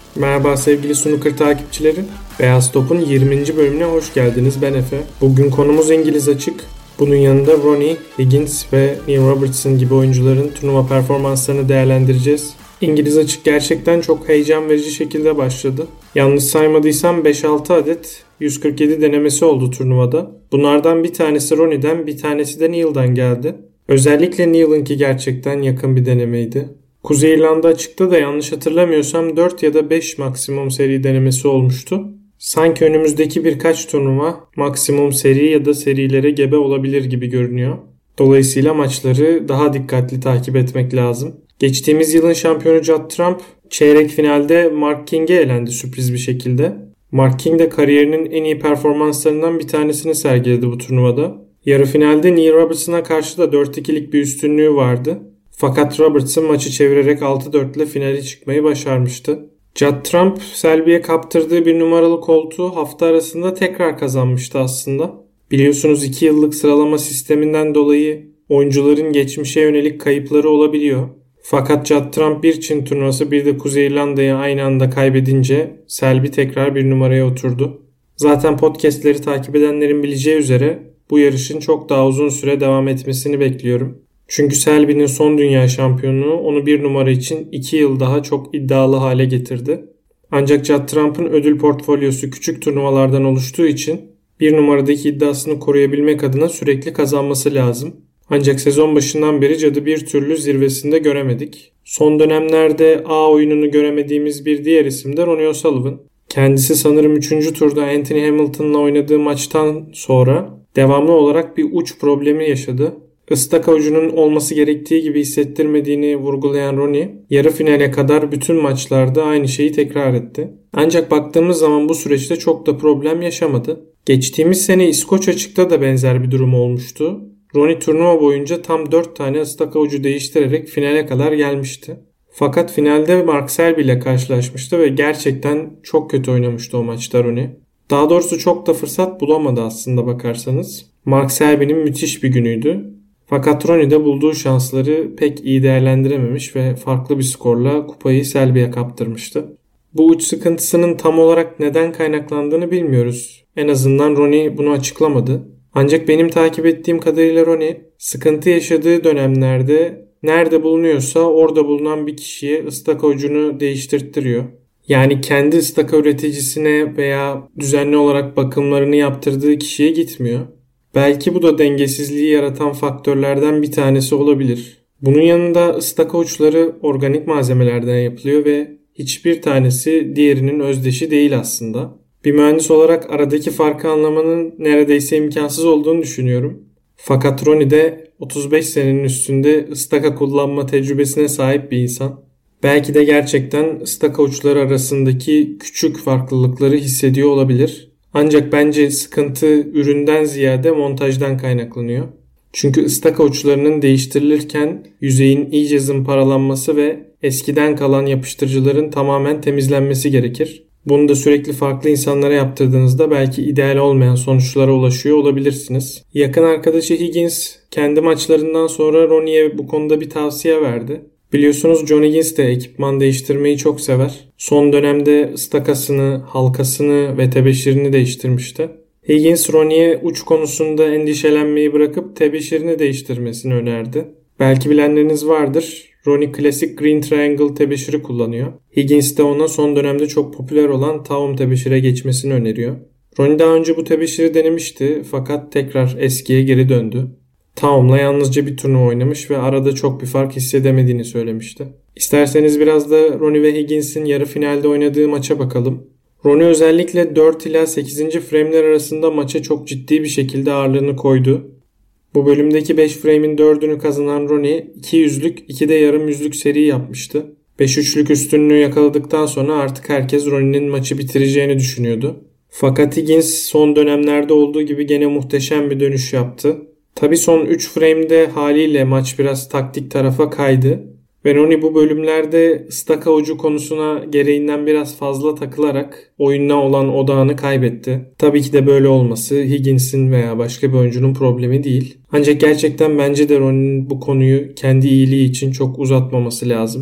Merhaba sevgili Snooker takipçileri. Beyaz Top'un 20. bölümüne hoş geldiniz. Ben Efe. Bugün konumuz İngiliz açık. Bunun yanında Ronnie, Higgins ve Neil Robertson gibi oyuncuların turnuva performanslarını değerlendireceğiz. İngiliz açık gerçekten çok heyecan verici şekilde başladı. Yanlış saymadıysam 5-6 adet 147 denemesi oldu turnuvada. Bunlardan bir tanesi Ronnie'den, bir tanesi de Neil'dan geldi. Özellikle Neil'ınki gerçekten yakın bir denemeydi. Kuzey İrlanda açıkta da yanlış hatırlamıyorsam 4 ya da 5 maksimum seri denemesi olmuştu. Sanki önümüzdeki birkaç turnuva maksimum seri ya da serilere gebe olabilir gibi görünüyor. Dolayısıyla maçları daha dikkatli takip etmek lazım. Geçtiğimiz yılın şampiyonu Judd Trump çeyrek finalde Mark King'e elendi sürpriz bir şekilde. Mark King de kariyerinin en iyi performanslarından bir tanesini sergiledi bu turnuvada. Yarı finalde Neil Robertson'a karşı da 4-2'lik bir üstünlüğü vardı. Fakat Robertson maçı çevirerek 6-4 ile finale çıkmayı başarmıştı. Judd Trump, Selby'ye kaptırdığı bir numaralı koltuğu hafta arasında tekrar kazanmıştı aslında. Biliyorsunuz 2 yıllık sıralama sisteminden dolayı oyuncuların geçmişe yönelik kayıpları olabiliyor. Fakat Judd Trump bir Çin turnuvası bir de Kuzey İrlanda'yı aynı anda kaybedince Selby tekrar bir numaraya oturdu. Zaten podcastleri takip edenlerin bileceği üzere bu yarışın çok daha uzun süre devam etmesini bekliyorum. Çünkü Selby'nin son dünya şampiyonluğu onu bir numara için 2 yıl daha çok iddialı hale getirdi. Ancak Judd Trump'ın ödül portfolyosu küçük turnuvalardan oluştuğu için bir numaradaki iddiasını koruyabilmek adına sürekli kazanması lazım. Ancak sezon başından beri Judd'ı bir türlü zirvesinde göremedik. Son dönemlerde A oyununu göremediğimiz bir diğer isim de Ronnie O'Sullivan. Kendisi sanırım 3. turda Anthony Hamilton'la oynadığı maçtan sonra devamlı olarak bir uç problemi yaşadı. Istak avucunun olması gerektiği gibi hissettirmediğini vurgulayan Ronnie, yarı finale kadar bütün maçlarda aynı şeyi tekrar etti. Ancak baktığımız zaman bu süreçte çok da problem yaşamadı. Geçtiğimiz sene İskoç açıkta da benzer bir durum olmuştu. Ronnie turnuva boyunca tam 4 tane ıstak avucu değiştirerek finale kadar gelmişti. Fakat finalde Mark Selby ile karşılaşmıştı ve gerçekten çok kötü oynamıştı o maçta Ronnie. Daha doğrusu çok da fırsat bulamadı aslında bakarsanız. Mark Selby'nin müthiş bir günüydü. Fakat Ronnie de bulduğu şansları pek iyi değerlendirememiş ve farklı bir skorla kupayı Selby'ye kaptırmıştı. Bu uç sıkıntısının tam olarak neden kaynaklandığını bilmiyoruz. En azından Ronnie bunu açıklamadı. Ancak benim takip ettiğim kadarıyla Ronnie sıkıntı yaşadığı dönemlerde nerede bulunuyorsa orada bulunan bir kişiye ıstaka ucunu değiştirttiriyor. Yani kendi ıstaka üreticisine veya düzenli olarak bakımlarını yaptırdığı kişiye gitmiyor. Belki bu da dengesizliği yaratan faktörlerden bir tanesi olabilir. Bunun yanında ıstaka uçları organik malzemelerden yapılıyor ve hiçbir tanesi diğerinin özdeşi değil aslında. Bir mühendis olarak aradaki farkı anlamanın neredeyse imkansız olduğunu düşünüyorum. Fakat Ronnie de 35 senenin üstünde ıstaka kullanma tecrübesine sahip bir insan. Belki de gerçekten ıstaka uçları arasındaki küçük farklılıkları hissediyor olabilir. Ancak bence sıkıntı üründen ziyade montajdan kaynaklanıyor. Çünkü ıstaka uçlarının değiştirilirken yüzeyin iyice zımparalanması ve eskiden kalan yapıştırıcıların tamamen temizlenmesi gerekir. Bunu da sürekli farklı insanlara yaptırdığınızda belki ideal olmayan sonuçlara ulaşıyor olabilirsiniz. Yakın arkadaşı Higgins kendi maçlarından sonra Ronnie'ye bu konuda bir tavsiye verdi. Biliyorsunuz John Higgins de ekipman değiştirmeyi çok sever. Son dönemde ıstakasını, halkasını ve tebeşirini değiştirmişti. Higgins Ronnie'ye uç konusunda endişelenmeyi bırakıp tebeşirini değiştirmesini önerdi. Belki bilenleriniz vardır. Ronnie klasik Green Triangle tebeşiri kullanıyor. Higgins de ona son dönemde çok popüler olan Taum tebeşire geçmesini öneriyor. Ronnie daha önce bu tebeşiri denemişti fakat tekrar eskiye geri döndü. Taum'la yalnızca bir turnuva oynamış ve arada çok bir fark hissedemediğini söylemişti. İsterseniz biraz da Ronnie ve Higgins'in yarı finalde oynadığı maça bakalım. Ronnie özellikle 4 ila 8. frame'ler arasında maça çok ciddi bir şekilde ağırlığını koydu. Bu bölümdeki 5 frame'in 4'ünü kazanan Ronnie 2 yüzlük 2 de yarım yüzlük seri yapmıştı. 5-3'lük üstünlüğü yakaladıktan sonra artık herkes Ronnie'nin maçı bitireceğini düşünüyordu. Fakat Higgins son dönemlerde olduğu gibi gene muhteşem bir dönüş yaptı. Tabi son 3 frame'de haliyle maç biraz taktik tarafa kaydı. Ve Ronnie bu bölümlerde ıstaka ucu konusuna gereğinden biraz fazla takılarak oyununa olan odağını kaybetti. Tabii ki de böyle olması Higgins'in veya başka bir oyuncunun problemi değil. Ancak gerçekten bence de Ronnie'nin bu konuyu kendi iyiliği için çok uzatmaması lazım.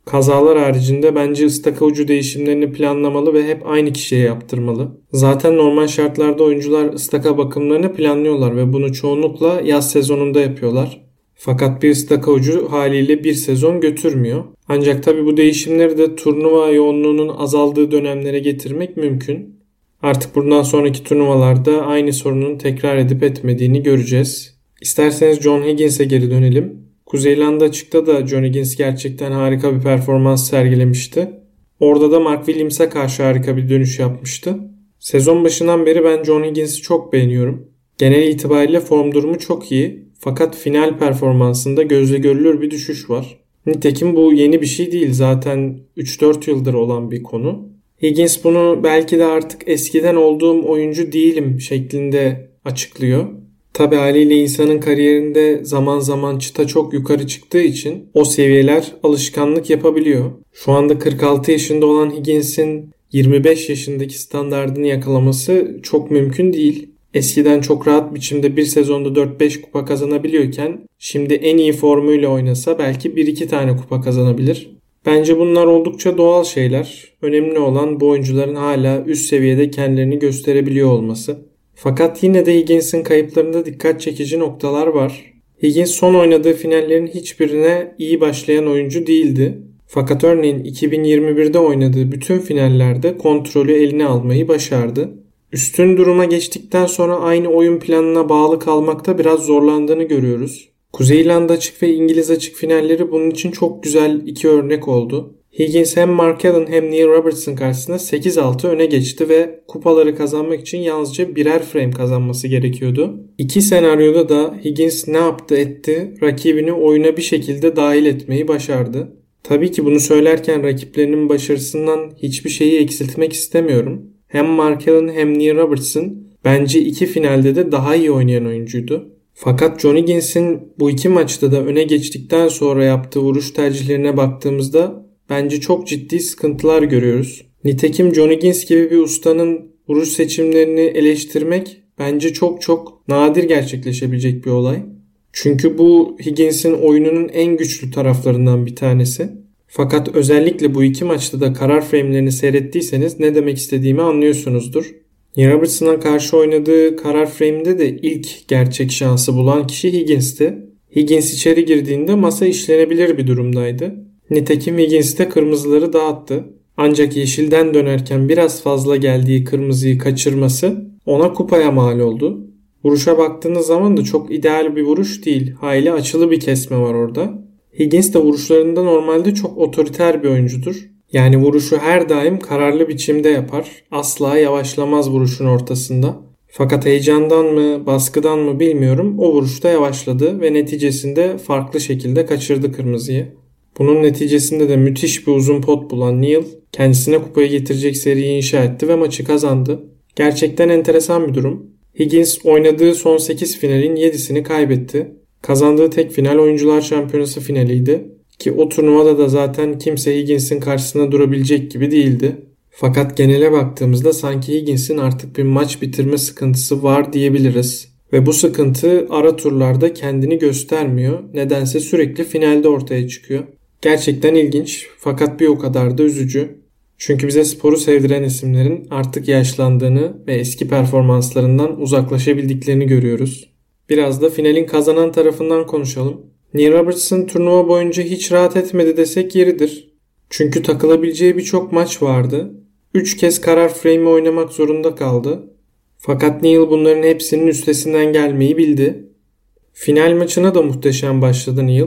Kazalar haricinde bence ıstaka ucu değişimlerini planlamalı ve hep aynı kişiye yaptırmalı. Zaten normal şartlarda oyuncular ıstaka bakımlarını planlıyorlar ve bunu çoğunlukla yaz sezonunda yapıyorlar. Fakat bir ıstaka ucu haliyle bir sezon götürmüyor. Ancak tabii bu değişimleri de turnuva yoğunluğunun azaldığı dönemlere getirmek mümkün. Artık bundan sonraki turnuvalarda aynı sorunun tekrar edip etmediğini göreceğiz. İsterseniz John Higgins'e geri dönelim. Kuzey İrlanda açıkta da John Higgins gerçekten harika bir performans sergilemişti. Orada da Mark Williams'e karşı harika bir dönüş yapmıştı. Sezon başından beri ben John Higgins'i çok beğeniyorum. Genel itibariyle form durumu çok iyi. Fakat final performansında gözle görülür bir düşüş var. Nitekim bu yeni bir şey değil. Zaten 3-4 yıldır olan bir konu. Higgins bunu belki de artık eskiden olduğum oyuncu değilim şeklinde açıklıyor. Tabi haliyle insanın kariyerinde zaman zaman çıta çok yukarı çıktığı için o seviyeler alışkanlık yapabiliyor. Şu anda 46 yaşında olan Higgins'in 25 yaşındaki standardını yakalaması çok mümkün değil. Eskiden çok rahat biçimde bir sezonda 4-5 kupa kazanabiliyorken şimdi en iyi formuyla oynasa belki 1-2 tane kupa kazanabilir. Bence bunlar oldukça doğal şeyler. Önemli olan bu oyuncuların hala üst seviyede kendilerini gösterebiliyor olması. Fakat yine de Higgins'in kayıplarında dikkat çekici noktalar var. Higgins son oynadığı finallerin hiçbirine iyi başlayan oyuncu değildi. Fakat örneğin 2021'de oynadığı bütün finallerde kontrolü eline almayı başardı. Üstün duruma geçtikten sonra aynı oyun planına bağlı kalmakta biraz zorlandığını görüyoruz. Kuzey İrlanda açık ve İngiliz açık finalleri bunun için çok güzel iki örnek oldu. Higgins hem Mark Allen hem Neil Robertson karşısında 8-6 öne geçti ve kupaları kazanmak için yalnızca birer frame kazanması gerekiyordu. İki senaryoda da Higgins ne yaptı etti, rakibini oyuna bir şekilde dahil etmeyi başardı. Tabii ki bunu söylerken rakiplerinin başarısından hiçbir şeyi eksiltmek istemiyorum. Hem Mark Allen hem Neil Robertson bence iki finalde de daha iyi oynayan oyuncuydu. Fakat John Higgins'in bu iki maçta da öne geçtikten sonra yaptığı vuruş tercihlerine baktığımızda bence çok ciddi sıkıntılar görüyoruz. Nitekim John Higgins gibi bir ustanın vuruş seçimlerini eleştirmek bence çok nadir gerçekleşebilecek bir olay. Çünkü bu Higgins'in oyununun en güçlü taraflarından bir tanesi. Fakat özellikle bu iki maçta da karar frame'lerini seyrettiyseniz ne demek istediğimi anlıyorsunuzdur. Neil Robertson'a karşı oynadığı karar frame'de de ilk gerçek şansı bulan kişi Higgins'ti. Higgins içeri girdiğinde masa işlenebilir bir durumdaydı. Nitekim Higgins de kırmızıları dağıttı. Ancak yeşilden dönerken biraz fazla geldiği kırmızıyı kaçırması ona kupaya mal oldu. Vuruşa baktığınız zaman da çok ideal bir vuruş değil. Hayli açılı bir kesme var orada. Higgins de vuruşlarında normalde çok otoriter bir oyuncudur. Yani vuruşu her daim kararlı biçimde yapar. Asla yavaşlamaz vuruşun ortasında. Fakat heyecandan mı, baskıdan mı bilmiyorum o vuruşta yavaşladı ve neticesinde farklı şekilde kaçırdı kırmızıyı. Bunun neticesinde de müthiş bir uzun pot bulan Neil kendisine kupayı getirecek seriyi inşa etti ve maçı kazandı. Gerçekten enteresan bir durum. Higgins oynadığı son 8 finalin 7'sini kaybetti. Kazandığı tek final Oyuncular Şampiyonası finaliydi. Ki o turnuvada da zaten kimse Higgins'in karşısına durabilecek gibi değildi. Fakat genele baktığımızda sanki Higgins'in artık bir maç bitirme sıkıntısı var diyebiliriz. Ve bu sıkıntı ara turlarda kendini göstermiyor. Nedense sürekli finalde ortaya çıkıyor. Gerçekten ilginç fakat bir o kadar da üzücü. Çünkü bize sporu sevdiren isimlerin artık yaşlandığını ve eski performanslarından uzaklaşabildiklerini görüyoruz. Biraz da finalin kazanan tarafından konuşalım. Neil Robertson turnuva boyunca hiç rahat etmedi desek yeridir. Çünkü takılabileceği birçok maç vardı. 3 kez karar frame'i oynamak zorunda kaldı. Fakat Neil bunların hepsinin üstesinden gelmeyi bildi. Final maçına da muhteşem başladı Neil.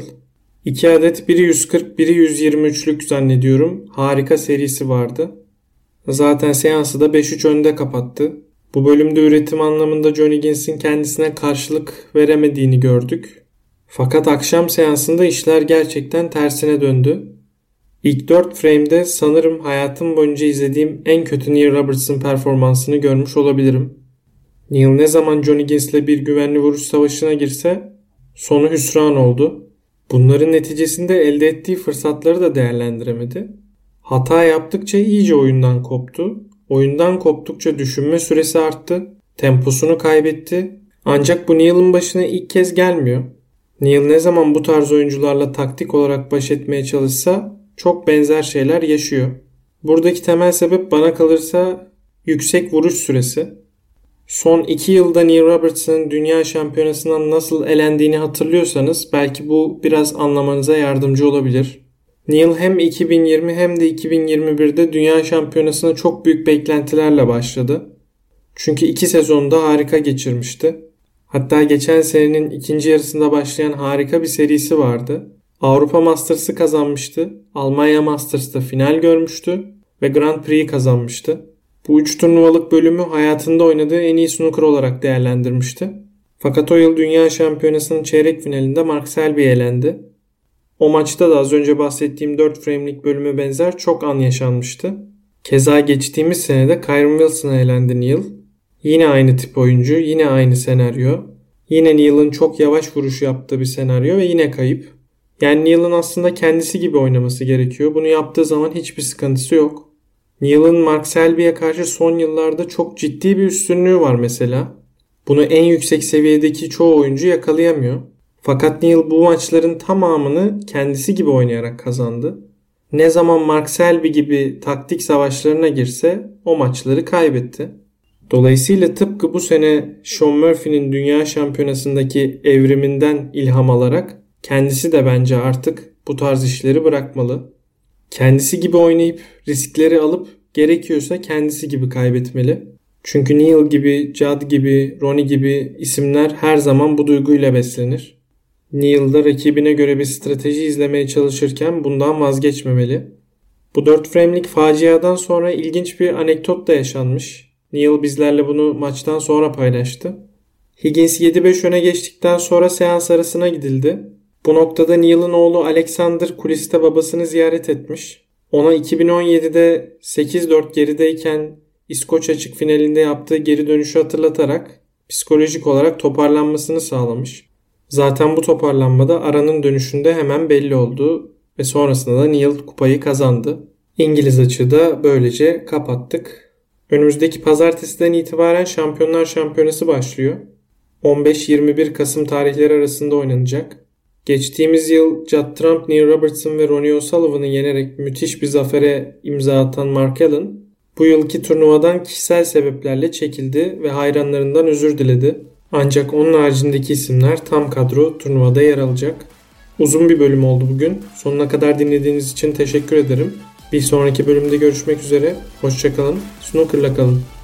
2 adet biri 140 biri 123'lük zannediyorum harika serisi vardı. Zaten seansı da 5-3 önde kapattı. Bu bölümde üretim anlamında John Higgins'in kendisine karşılık veremediğini gördük. Fakat akşam seansında işler gerçekten tersine döndü. İlk 4 frame'de sanırım hayatım boyunca izlediğim en kötü Neil Robertson performansını görmüş olabilirim. Neil ne zaman John Higgins'le bir güvenli vuruş savaşına girse sonu hüsran oldu. Bunların neticesinde elde ettiği fırsatları da değerlendiremedi. Hata yaptıkça iyice oyundan koptu. Oyundan koptukça düşünme süresi arttı. Temposunu kaybetti. Ancak bu Neil'in başına ilk kez gelmiyor. Neil ne zaman bu tarz oyuncularla taktik olarak baş etmeye çalışsa çok benzer şeyler yaşıyor. Buradaki temel sebep bana kalırsa yüksek vuruş süresi. Son 2 yılda Neil Robertson'ın dünya şampiyonasından nasıl elendiğini hatırlıyorsanız belki bu biraz anlamanıza yardımcı olabilir. Neil hem 2020 hem de 2021'de dünya şampiyonasına çok büyük beklentilerle başladı. Çünkü 2 sezonda harika geçirmişti. Hatta geçen senenin ikinci yarısında başlayan harika bir serisi vardı. Avrupa Masters'ı kazanmıştı, Almanya Masters'ta final görmüştü ve Grand Prix'yi kazanmıştı. Bu 3 turnuvalık bölümü hayatında oynadığı en iyi snooker olarak değerlendirmişti. Fakat o yıl Dünya Şampiyonası'nın çeyrek finalinde Mark Selby'ye elendi. O maçta da az önce bahsettiğim 4 frame'lik bölüme benzer çok an yaşanmıştı. Keza geçtiğimiz senede Kyren Wilson'a elendi Neil. Yine aynı tip oyuncu, yine aynı senaryo. Yine Neil'in çok yavaş vuruş yaptığı bir senaryo ve yine kayıp. Yani Neil'in aslında kendisi gibi oynaması gerekiyor. Bunu yaptığı zaman hiçbir sıkıntısı yok. Neil'in Mark Selby'ye karşı son yıllarda çok ciddi bir üstünlüğü var mesela. Bunu en yüksek seviyedeki çoğu oyuncu yakalayamıyor. Fakat Neil bu maçların tamamını kendisi gibi oynayarak kazandı. Ne zaman Mark Selby gibi taktik savaşlarına girse o maçları kaybetti. Dolayısıyla tıpkı bu sene Sean Murphy'nin dünya şampiyonasındaki evriminden ilham alarak kendisi de bence artık bu tarz işleri bırakmalı. Kendisi gibi oynayıp riskleri alıp gerekiyorsa kendisi gibi kaybetmeli. Çünkü Neil gibi, Judd gibi, Ronnie gibi isimler her zaman bu duyguyla beslenir. Neil da rakibine göre bir strateji izlemeye çalışırken bundan vazgeçmemeli. Bu 4 frame'lik faciadan sonra ilginç bir anekdot da yaşanmış. Neil bizlerle bunu maçtan sonra paylaştı. Higgins 7-5 öne geçtikten sonra seans arasına gidildi. Bu noktada Neil'in oğlu Alexander kuliste babasını ziyaret etmiş. Ona 2017'de 8-4 gerideyken İskoç açık finalinde yaptığı geri dönüşü hatırlatarak psikolojik olarak toparlanmasını sağlamış. Zaten bu toparlanmada aranın dönüşünde hemen belli oldu ve sonrasında da Neil kupayı kazandı. İngiliz açığı da böylece kapattık. Önümüzdeki pazartesiden itibaren Şampiyonlar Şampiyonası başlıyor. 15-21 Kasım tarihleri arasında oynanacak. Geçtiğimiz yıl Judd Trump, Neil Robertson ve Ronnie O'Sullivan'ı yenerek müthiş bir zafere imza atan Mark Allen, bu yılki turnuvadan kişisel sebeplerle çekildi ve hayranlarından özür diledi. Ancak onun haricindeki isimler tam kadro turnuvada yer alacak. Uzun bir bölüm oldu bugün. Sonuna kadar dinlediğiniz için teşekkür ederim. Bir sonraki bölümde görüşmek üzere. Hoşça kalın. Snooker'la kalın.